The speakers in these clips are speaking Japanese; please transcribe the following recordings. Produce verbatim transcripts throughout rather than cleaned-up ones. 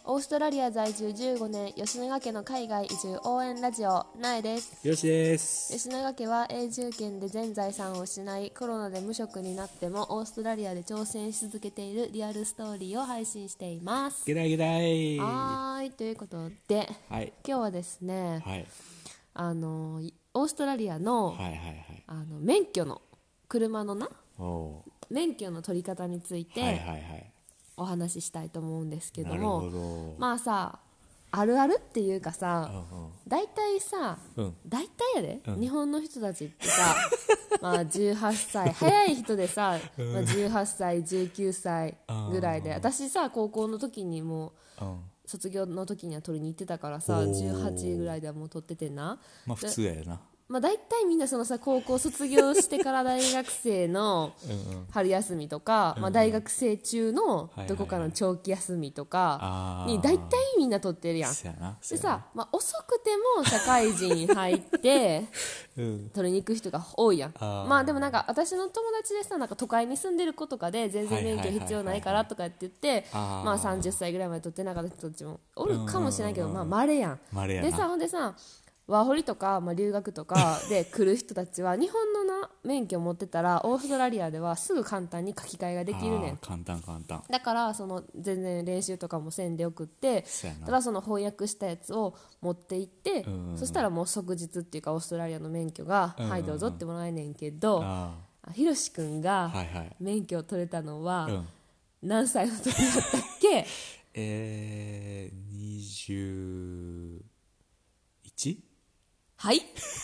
オーストラリア在住じゅうごねん、吉永家の海外移住応援ラジオ、なえです。 よしです。 吉永家は永住権で全財産を失い、コロナで無職になってもオーストラリアで挑戦し続けているリアルストーリーを配信しています。 ゲダイゲダイ。 はーい、ということで、 はい、 今日はですね、 はい、 あのオーストラリアの、 はいはいはい、 あの免許の車のなお免許の取り方について、 はいはいはい、 お話ししたいと思うんですけどなるも、 ほど。 まあさ、あるあるっていうかさ、大体さ、 うん、 大体やで、 うん、 日本の人たちってさまあじゅうはっさい、早い人でさ、まあ、じゅうはっさいじゅうきゅうさいぐらいで、私さ高校の時にもう、うん、卒業の時には取りに行ってたからさ、じゅうはちぐらいではもう取っててんな。 まあ普通やな。 まあ、大体みんなそのさ高校卒業してから大学生の春休みとか、まあ、大学生中のどこかの長期休みとかに大体みんな取ってるやん。でさ、まあ、遅くても社会人に入って取りに行く人が多いやん。まあでもなんか私の友達でさ、なんか都会に住んでる子とかで全然免許必要ないからとかって言ってまあさんじゅっさいぐらいまで取ってなかった人たちもおるかもしれないけど、まあ稀やん。でさ、ほんでさワーホリとか、まあ、留学とかで来る人たちは日本のな免許を持ってたらオーストラリアではすぐ簡単に書き換えができるねん。 簡単簡単だからその全然練習とかもせんでよくって、ただその翻訳したやつを持って行って、うんうん、そしたらもう即日っていうかオーストラリアの免許が、うんうん、はいどうぞってもらえねんけど、ひろしくんが免許を取れたのは何歳の時だったっけ？ えー、にじゅういち？ はい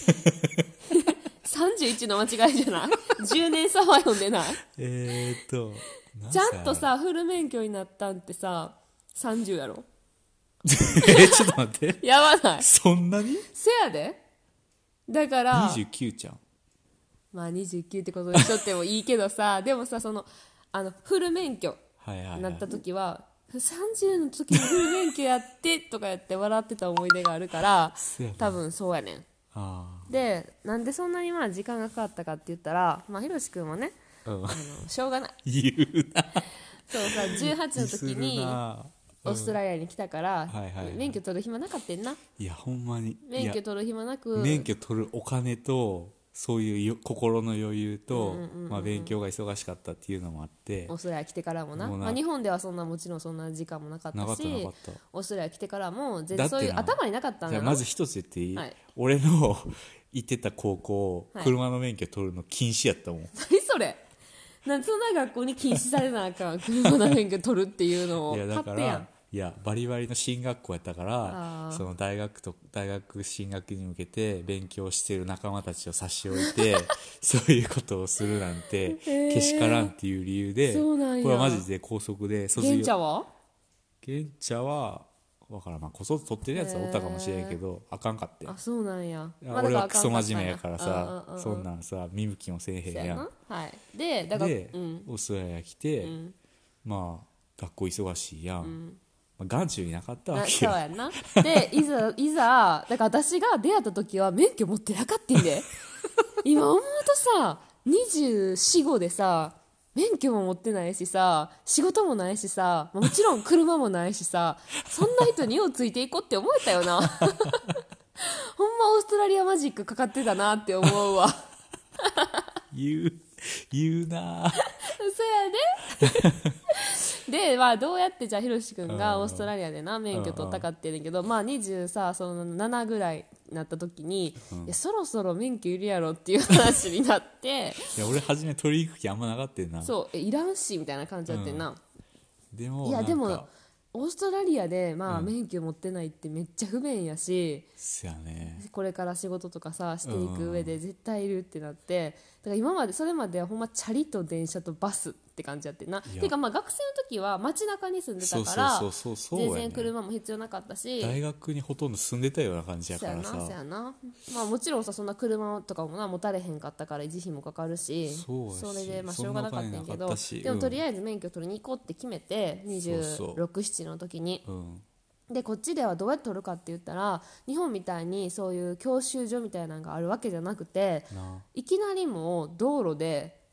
さんじゅういちの間違いじゃない？じゅうねん差は読んでない？ えーっとちゃんとさフル免許になったんってささんじゅうやろえー、ちょっと待ってやばない？ そんなに？ せやで。だからにじゅうきゅうちゃん。 まあにじゅうきゅうってことにしとってもいいけどさでもさそのあのフル免許になった時は、はいはいはいさんじゅうの時にフル免許やってとかやって笑ってた思い出があるから多分そうやねん。あでなんでそんなにまあ時間がかかったかって言ったら、まあ、ひろし君はね、うん、あのしょうがない言うなそうさじゅうはちの時にオーストラリアに来たから、うんはいはいはい、免許取る暇なかったんな。 いやほんまに免許取る暇なく免許取るお金とそういう心の余裕と、うんうんうんうんまあ、勉強が忙しかったっていうのもあってオーストラリア来てからもな、もな、まあ、日本ではそんなもちろんそんな時間もなかったしなかったなかったオーストラリア来てからも全然そういう頭になかったんだよ。 まず一つ言っていい、はい、俺の行ってた高校、はい、車の免許取るの禁止やったもん。 何それなんでそんな学校に禁止されなあかん車の免許取るっていうのをいやだからいやバリバリの進学校やったからその大学と大学進学に向けて勉強している仲間たちを差し置いてそういうことをするなんてけしからんっていう理由でこれはマジで高速で卒業。 現茶は現茶は分からん、まあこそ取ってるやつはおったかもしれんけどあかんかって。 あそうなんや、 まあ、俺はクソ真面目やからさそんなんさ見向きもせえへんやん。 はい、でだからで、うん、オーストラリア来て、うん、まあ学校忙しいやん、うん眼中になかったわけよ。 そうやんな。でいざいざだから私が出会った時は免許持ってなかったんで今思うとさにじゅうよん、ごでさ免許も持ってないしさ仕事もないしさもちろん車もないしさそんな人にようついていこうって思えたよなほんまオーストラリアマジックかかってたなって思うわ言う言うなそうやでで、まあ、どうやってじゃあひろし君がオーストラリアでな免許取ったかっていうんだけど、まあ、にじゅうさそのななぐらいになった時に、うん、いやそろそろ免許いるやろっていう話になっていや俺初め取り行く気あんまなかったんな。 そうえいらんしみたいな感じやってんな、 うん、でもいやでもオーストラリアで、まあ、免許持ってないってめっちゃ不便やし、 うん、やね、 これから仕事とかさしていく上で絶対いるってなって、だから今までそれまではほんまチャリと電車とバスって感じやってんな。ていうかまあ学生の時は街中に住んでたから全然車も必要なかったし大学にほとんど住んでたような感じやからさ。 そうやな、まあ、もちろんさそんな車とかもな持たれへんかったから維持費もかかるし そ, それでまあしょうがなかったんやけどでもとりあえず免許取りに行こうって決めてにじゅうろく、ななの時に、うんでこっちではどうやって取るかって言ったら日本みたいにそういう教習所みたいなのがあるわけじゃなくていきなりもう道路で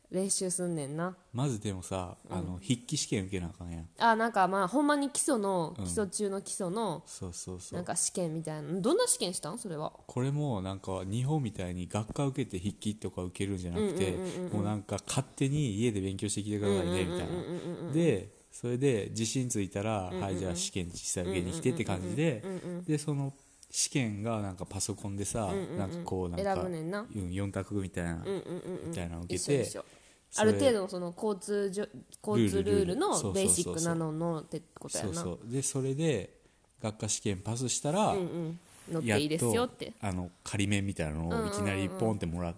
練習すんねんな。 まずでもさ、あの筆記試験受けなあかんやん。 あ、なんかまあほんまに基礎の、基礎中の基礎のそうそうそう。 なんか試験みたいな。どんな試験したんそれは。 これもなんか日本みたいに学科受けて筆記とか受けるんじゃなくて、もうなんか勝手に家で勉強してきてくださいねみたいな。でそれで自信ついたら、はいじゃあ試験実際受けに来てって感じで、でその試験がなんかパソコンでさ、なんかこうなんか選ぶねんな、 うん、よん択みたいな、みたいなの受け一緒て、 一緒。ある程度のその交通じょ交通ルールのベーシックなののってことやな。 そうそうでそれで学科試験パスしたら、 うんうん、乗っていいですよって、 あの仮免みたいなのをいきなりポンってもらって、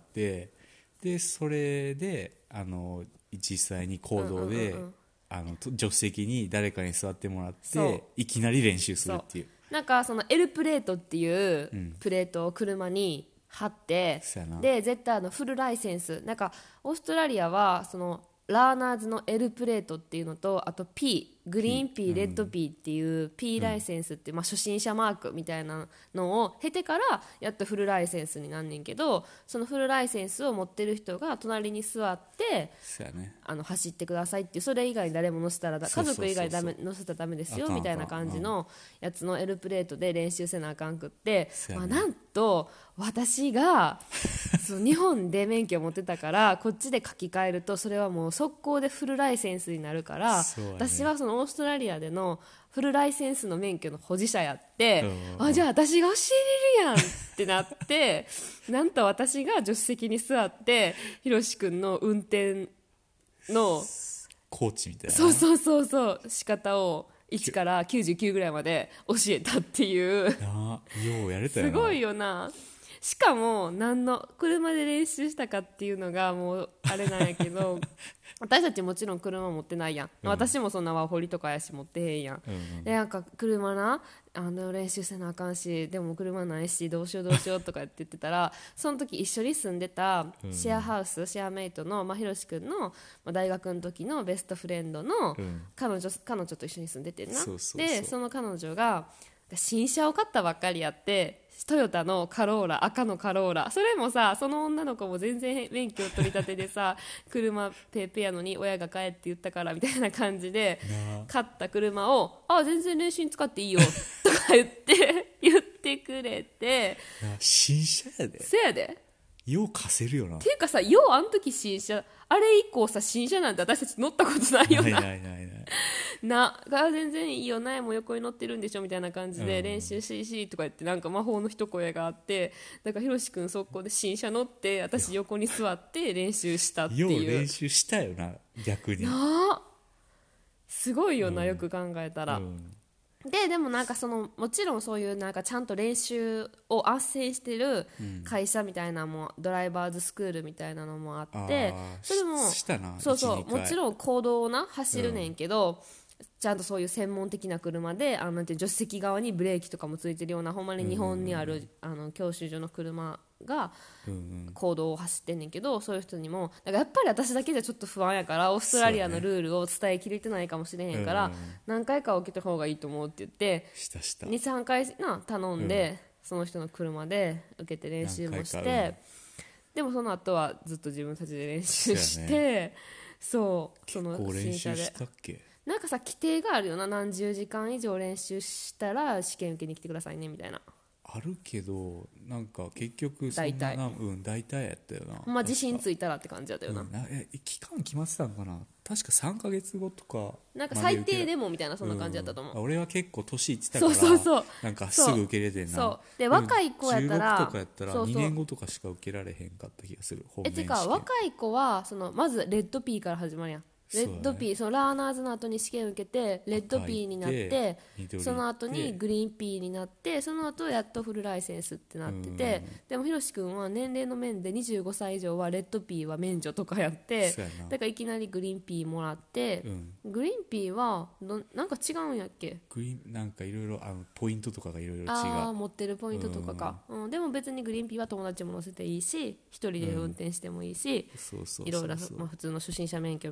でそれであの実際に行動で、あの助手席に誰かに座ってもらっていきなり練習するっていう。 なんかその L プレートっていうプレートを車に貼って、うん、で絶対あのフルライセンス、なんかオーストラリアはそのラーナーズの L プレートっていうのと、あと P グリーン P、レッド P っていう P ライセンスって、まあ初心者マークみたいなのを経てからやっとフルライセンスになんねんけど、そのフルライセンスを持ってる人が隣に座って、 ね、 あの走ってくださいっていう、それ以外誰も乗せたら家族以外ダメ乗せたらダメですよみたいな感じのやつの L プレートで練習せなあかんくって、まあ、なんと私がそう日本で免許を持ってたからこっちで書き換えるとそれはもう速攻でフルライセンスになるから、ね、私はそのオーストラリアでのフルライセンスの免許の保持者やって、うん、あじゃあ私が教えれるやんってなってなんと私が助手席に座ってひろし君の運転のコーチみたいな、 そうそうそうそう仕方をいちからきゅうじゅうきゅうぐらいまで教えたっていうなようやれたよな、 すごいよな。しかも何の車で練習したかっていうのがもうあれなんやけど私たちもちろん車持ってないやん、うん、私もそんなワーホリとかやし持ってへんやん、うんうん、でなんか車なあの練習せなあかんしでも車ないしどうしようどうしようとかって言ってたらその時一緒に住んでたシェアハウス、うん、シェアメイトの、まあ、ひろし君の、まあ、大学の時のベストフレンドの彼女、うん、彼女と一緒に住んでてんな。そうそうそうでその彼女が新車を買ったばっかりやってトヨタのカローラ赤のカローラ、それもさその女の子も全然免許取り立てでさ車ペーペーやのに親が買えって言ったからみたいな感じで買った車をあ全然練習に使っていいよとか言って言ってくれて新車やで。 そやでよう貸せるよな。 ていうかさようあの時新車あれ以降さ新車なんて私たち乗ったことないよな。 ないないないないなが全然いいよなもう横に乗ってるんでしょみたいな感じで練習しいしとか言ってなんか魔法の一声があってだからひろし君速攻で新車乗って私横に座って練習したっていう。 よう練習したよな逆になすごいよな、うん、よく考えたら、うんででもなんかそのもちろんそういうなんかちゃんと練習を斡旋してる会社みたいなのも、うん、ドライバーズスクールみたいなのもあってそれもそうそうもちろん公道をな走るねんけど、うん、ちゃんとそういう専門的な車であのなんて助手席側にブレーキとかもついてるようなほんまに日本にある、うん、あの教習所の車が公道を走ってんねんけど、うん、そういう人にもなんかやっぱり私だけじゃちょっと不安やからオーストラリアのルールを伝えきれてないかもしれへんから、ね、何回か受けた方がいいと思うって言ってしたしたにさんかいな頼んで、うん、その人の車で受けて練習もして、うん、でもその後はずっと自分たちで練習して、ね、そうその新車でなんかさ規定があるよな何十時間以上練習したら試験受けに来てくださいねみたいなあるけどなんか結局そんな大体、うん、大体やったよな。 まあ自信ついたらって感じだったよな、うん、 なえ期間決まってたのかな確かさんかげつごとかなんか最低でもみたいなそんな感じだったと思う、 うん、俺は結構年いってたからそうそうそうなんかすぐ受けれてんな。 そうで若い子やったらじゅうろくとかやったらにねんごとかしか受けられへんかった気がする。本面試験えてか若い子はそのまずレッド P から始まるやん。レッド P そ、ね、そのラーナーズの後に試験受けてレッド P になってその後にグリーン P になってその後やっとフルライセンスってなっててでもひろし君は年齢の面でにじゅうごさい以上はレッド P は免除とかやってだからいきなりグリーン P もらって、うん、グリーン P はどなんか違うんやっけグリーンなんかいろいろポイントとかがいろいろ違うあ持ってるポイントとかか、うんうん、でも別にグリーン P は友達も乗せていいし一人で運転してもいいしいろいろ普通の初心者免許みたいなのに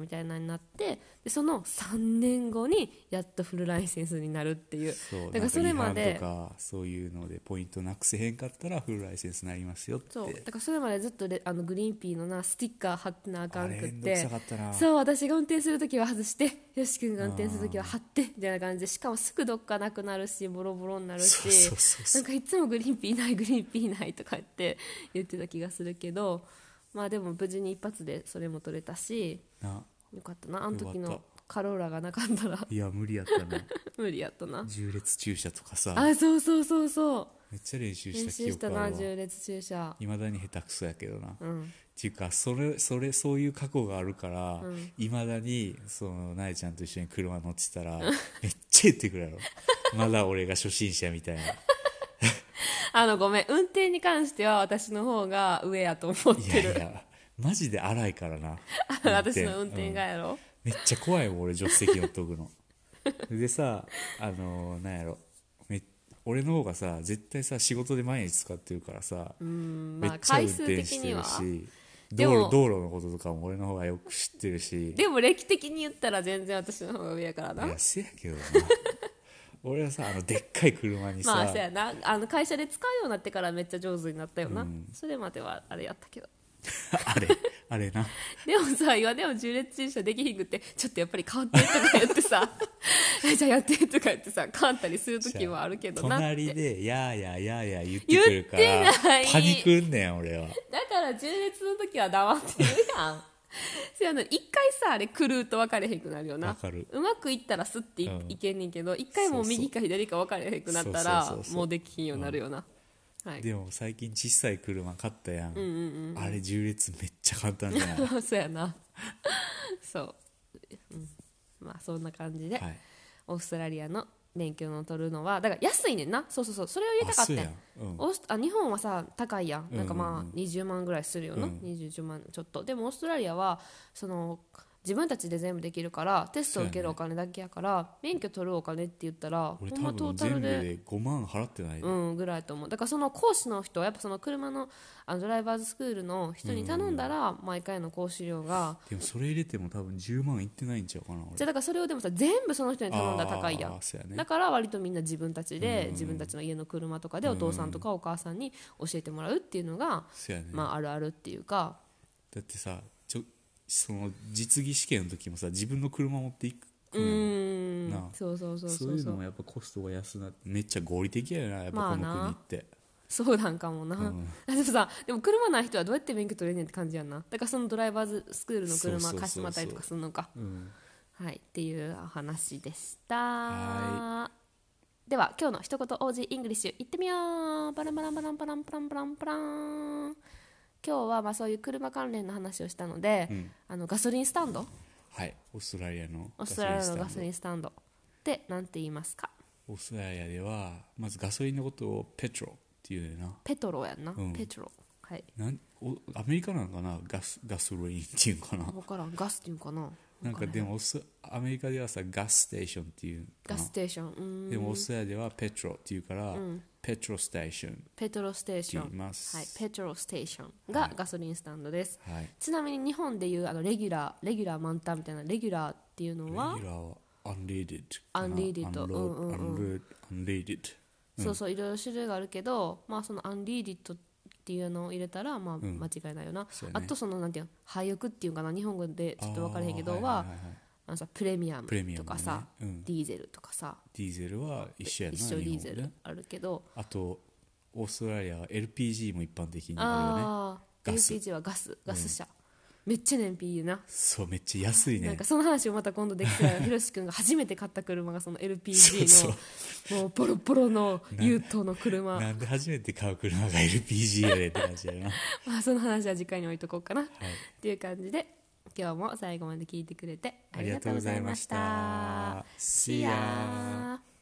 になって、でそのさんねんごにやっとフルライセンスになるっていう。 そうだからそれまでとかそういうのでポイントなくせへんかったらフルライセンスになりますよって。 そうだからそれまでずっとレあのグリーンピーのなスティッカー貼ってなあかんくって、 あれめんどくさかったな。 そう私が運転するときは外して、よし君が運転するときは貼ってみたいな感じで、しかもすぐどっかなくなるしボロボロになるし、 そうそうそうそう、 なんかいつもグリーンピーないグリーンピーないとか言って言ってた気がするけど、まあでも無事に一発でそれも取れたし、 なよかったな。あの時のよかっカローラがなかったらいや無理やったな無理やったな。 縦列駐車とかさあ、そうそうそうそうめっちゃ練習し練た記習したな、 憶あるわ。 縦列駐車。 いまだに下手くそやけどな、 うんっていうかそれそれそういう過去があるからいま、だにそのなえちゃんと一緒に車乗ってたらめっちゃ言ってくるやろまだ俺が初心者みたいなあのごめん、運転に関しては私の方が上やと思ってる。 いやいやマジで荒いからな私の運転がやろ、 うん、めっちゃ怖いもん俺助手席乗っとくのでさあのー、なんやろめ俺の方がさ絶対さ仕事で毎日使ってるからさ、 うんめっちゃ運転してるし、道路道路のこととかも俺の方がよく知ってるし。 でも歴的に言ったら全然私の方が上やからな。 いやせやけどな俺はさあのでっかい車にさまあそうやな、あの会社で使うようになってからめっちゃ上手になったよな、 うん、 それまではあれやったけどあれあれなでもさ、今でも縦列駐車できひんくってちょっとやっぱり変わってとか言ってさえじゃあやってとか言ってさ変わったりする時もあるけどなって。 隣でやーやーやーやー言ってくるからパニクんねん俺は。 だから縦列の時は黙ってるやんそやの一回さあれ狂うと分かれへんくなるよな。 分かる。 うまくいったらスッて い,、うん、いけんねんけど、一回もう右か左か分かれへんくなったらもうできひんようになるよな、うん、はい、 でも最近小さい車買ったやん、 うんうんうん、 あれ縦列めっちゃ簡単じゃないそうやなそう、うん、まあそんな感じで、はい、オーストラリアの免許の取るのはだから安いねんな。そうそうそう、それを言いたかったん。うん、あ日本はさ高いやん、なんかまあにじゅうまんぐらいするよな、うん、にじゅうまんちょっと。でもオーストラリアはその自分たちで全部できるからテストを受けるお金だけやから、ね、免許取るお金って言ったら俺多分トータルで全部でごまん払ってない、 うん、ぐらいと思う。だからその講師の人はやっぱその車のあのドライバーズスクールの人に頼んだら毎回の講師料が、 でもそれ入れても多分じゅうまんいってないんちゃうかな俺。 じゃあだからそれをでもさ全部その人に頼んだら高いやん、ね、だから割とみんな自分たちで自分たちの家の車とかでお父さんとかお母さんに教えてもらうっていうのが、ね、まああるあるっていうか。 だってさちょその実技試験の時もさ自分の車持っていくうーんな、そうそうそうそう、 そういうのもやっぱコストが安なってめっちゃ合理的やよなやっぱこの国って、まあ、 そうなんかもな、うん、でもさでも車ない人はどうやって免許取れんねんって感じやんな。だからそのドライバーズスクールの車貸してもらったりとかするのか、うん、はいっていう話でした。はいでは今日の一言 オージー イングリッシュいってみよう。バランバランバランバランバランバランバラン。今日はまあそういう車関連の話をしたので、うん、あのガソリンスタンド、 はいオーストラリアのオーストラリアのガソリンスタンドってなんて言いますか。 オーストラリアではまずガソリンのことをペトロっていうな。 ペトロやんな、うん、ペトロ、はい、 なんおアメリカなんかなガスガソリンっていうかな。 分からん、ガスっていうかな。 なんかでもアメリカではさガスステーションっていうかな。 ガスステーション、うーんでもオーストラリアではペトロっていうから、うん、ペトロステーションペトロステーション、はい、ペトロステーションがガソリンスタンドです、はい、ちなみに日本でいうあのレギュラーレギュラー満タンみたいなレギュラーっていうのはレギュラーはアンレーディッドアンレーディッド、うんうんうん、 アンレーディッド、 そうそういろいろ種類があるけど、まあそのアンレーディッドっていうのを入れたらまあ間違いないよな、うんね、あとそのなんていうの廃屋っていうかな、日本語でちょっと分からへんけどは、はいはいはいはい、あのさプレミアムとかさ、ねうん、ディーゼルとかさ、 ディーゼルは一緒やな、 一緒ディーゼルあるけど、 あとオーストラリアは エルピージー も一般的にあるよね。あガス エルピージー はガスガス車、うん、めっちゃ燃費いいな。 そうめっちゃ安いね。 なんかその話をまた今度できたらひろし君が初めて買った車がその エルピージー のそうそうもうボロボロの優等の車な, なんで初めて買う車が エルピージー やでって感じやなまあその話は次回に置いとこうかな、はい、っていう感じで今日も最後まで聞いてくれてありがとうございました。 See ya